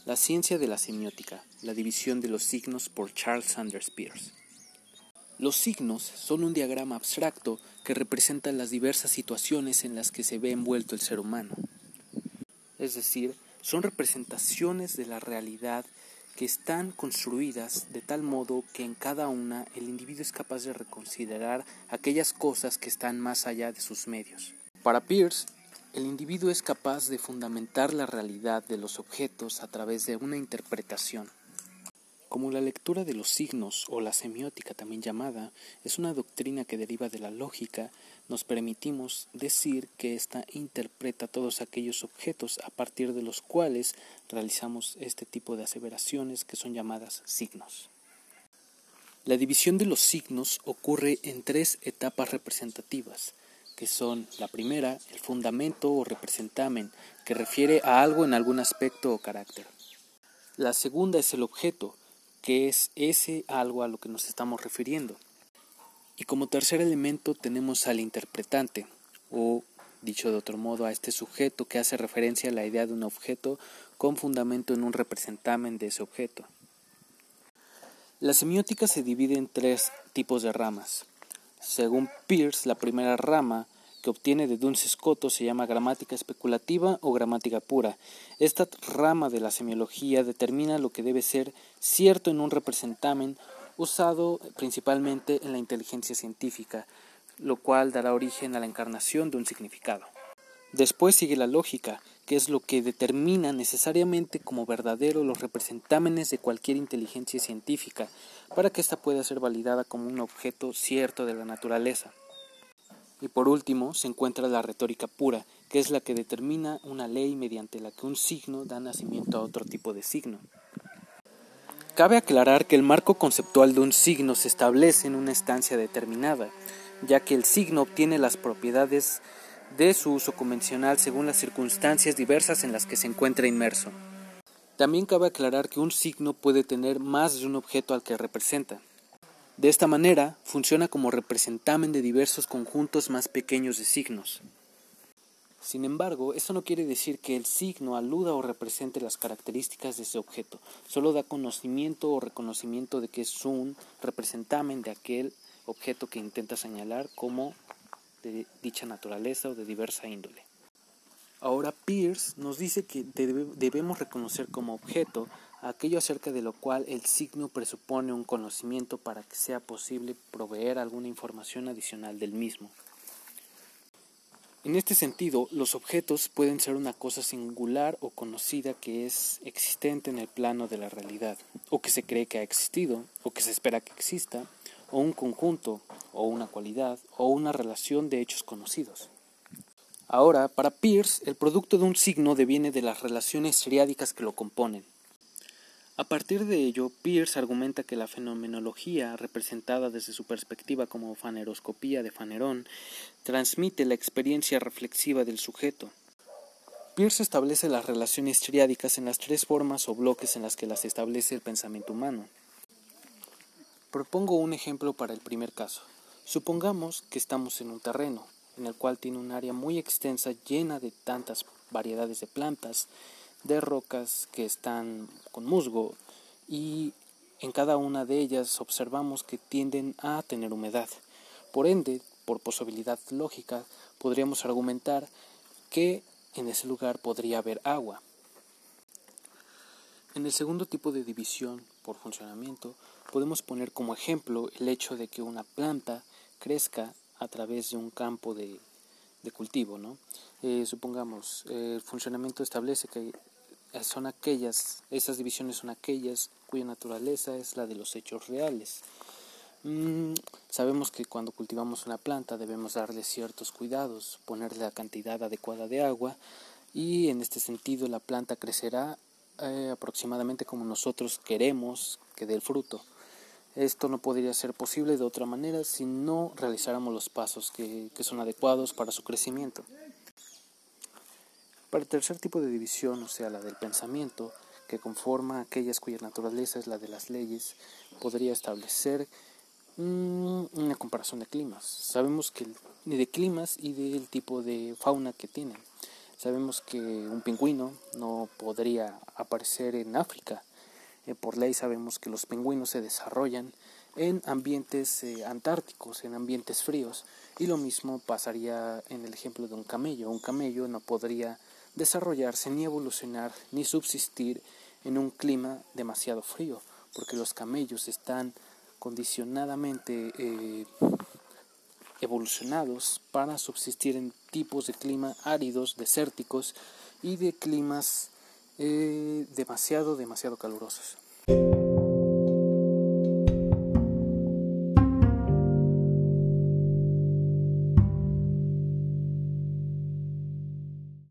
La ciencia de la semiótica, la división de los signos por Charles Sanders Peirce. Los signos son un diagrama abstracto que representa las diversas situaciones en las que se ve envuelto el ser humano. Es decir, son representaciones de la realidad que están construidas de tal modo que en cada una el individuo es capaz de reconsiderar aquellas cosas que están más allá de sus medios. Para Peirce, el individuo es capaz de fundamentar la realidad de los objetos a través de una interpretación. Como la lectura de los signos, o la semiótica también llamada, es una doctrina que deriva de la lógica, nos permitimos decir que ésta interpreta todos aquellos objetos a partir de los cuales realizamos este tipo de aseveraciones que son llamadas signos. La división de los signos ocurre en tres etapas representativas, que son la primera, el fundamento o representamen, que refiere a algo en algún aspecto o carácter. La segunda es el objeto, que es ese algo a lo que nos estamos refiriendo. Y como tercer elemento tenemos al interpretante, o dicho de otro modo, a este sujeto que hace referencia a la idea de un objeto con fundamento en un representamen de ese objeto. La semiótica se divide en tres tipos de ramas. Según Peirce, la primera rama que obtiene de Duns Scotus se llama gramática especulativa o gramática pura. Esta rama de la semiología determina lo que debe ser cierto en un representamen usado principalmente en la inteligencia científica, lo cual dará origen a la encarnación de un significado. Después sigue la lógica, que es lo que determina necesariamente como verdadero los representámenes de cualquier inteligencia científica, para que ésta pueda ser validada como un objeto cierto de la naturaleza. Y por último se encuentra la retórica pura, que es la que determina una ley mediante la que un signo da nacimiento a otro tipo de signo. Cabe aclarar que el marco conceptual de un signo se establece en una instancia determinada, ya que el signo obtiene las propiedades de su uso convencional según las circunstancias diversas en las que se encuentra inmerso. También cabe aclarar que un signo puede tener más de un objeto al que representa. De esta manera, funciona como representamen de diversos conjuntos más pequeños de signos. Sin embargo, esto no quiere decir que el signo aluda o represente las características de ese objeto, solo da conocimiento o reconocimiento de que es un representamen de aquel objeto que intenta señalar como de dicha naturaleza o de diversa índole. Ahora Peirce nos dice que debemos reconocer como objeto aquello acerca de lo cual el signo presupone un conocimiento para que sea posible proveer alguna información adicional del mismo. En este sentido, los objetos pueden ser una cosa singular o conocida que es existente en el plano de la realidad, o que se cree que ha existido, o que se espera que exista, o un conjunto, o una cualidad, o una relación de hechos conocidos. Ahora, para Peirce, el producto de un signo deviene de las relaciones triádicas que lo componen. A partir de ello, Peirce argumenta que la fenomenología, representada desde su perspectiva como faneroscopía de Fanerón, transmite la experiencia reflexiva del sujeto. Peirce establece las relaciones triádicas en las tres formas o bloques en las que las establece el pensamiento humano. Propongo un ejemplo para el primer caso. Supongamos que estamos en un terreno, en el cual tiene un área muy extensa llena de tantas variedades de plantas, de rocas que están con musgo, y en cada una de ellas observamos que tienden a tener humedad. Por ende, por posibilidad lógica, podríamos argumentar que en ese lugar podría haber agua. En el segundo tipo de división por funcionamiento, podemos poner como ejemplo el hecho de que una planta crezca a través de un campo de cultivo, ¿no? Supongamos, el funcionamiento establece que esas divisiones son aquellas cuya naturaleza es la de los hechos reales. Sabemos que cuando cultivamos una planta debemos darle ciertos cuidados, ponerle la cantidad adecuada de agua, y en este sentido la planta crecerá aproximadamente como nosotros queremos que dé el fruto. Esto no podría ser posible de otra manera si no realizáramos los pasos que son adecuados para su crecimiento. Para el tercer tipo de división, o sea, la del pensamiento, que conforma aquellas cuya naturaleza es la de las leyes, podría establecer una comparación de climas. Sabemos que de climas y del tipo de fauna que tienen. Sabemos que un pingüino no podría aparecer en África. Por ley sabemos que los pingüinos se desarrollan en ambientes antárticos, en ambientes fríos, y lo mismo pasaría en el ejemplo de un camello. Un camello no podría desarrollarse, ni evolucionar, ni subsistir en un clima demasiado frío, porque los camellos están condicionadamente evolucionados para subsistir en tipos de clima áridos, desérticos y de climas demasiado calurosos.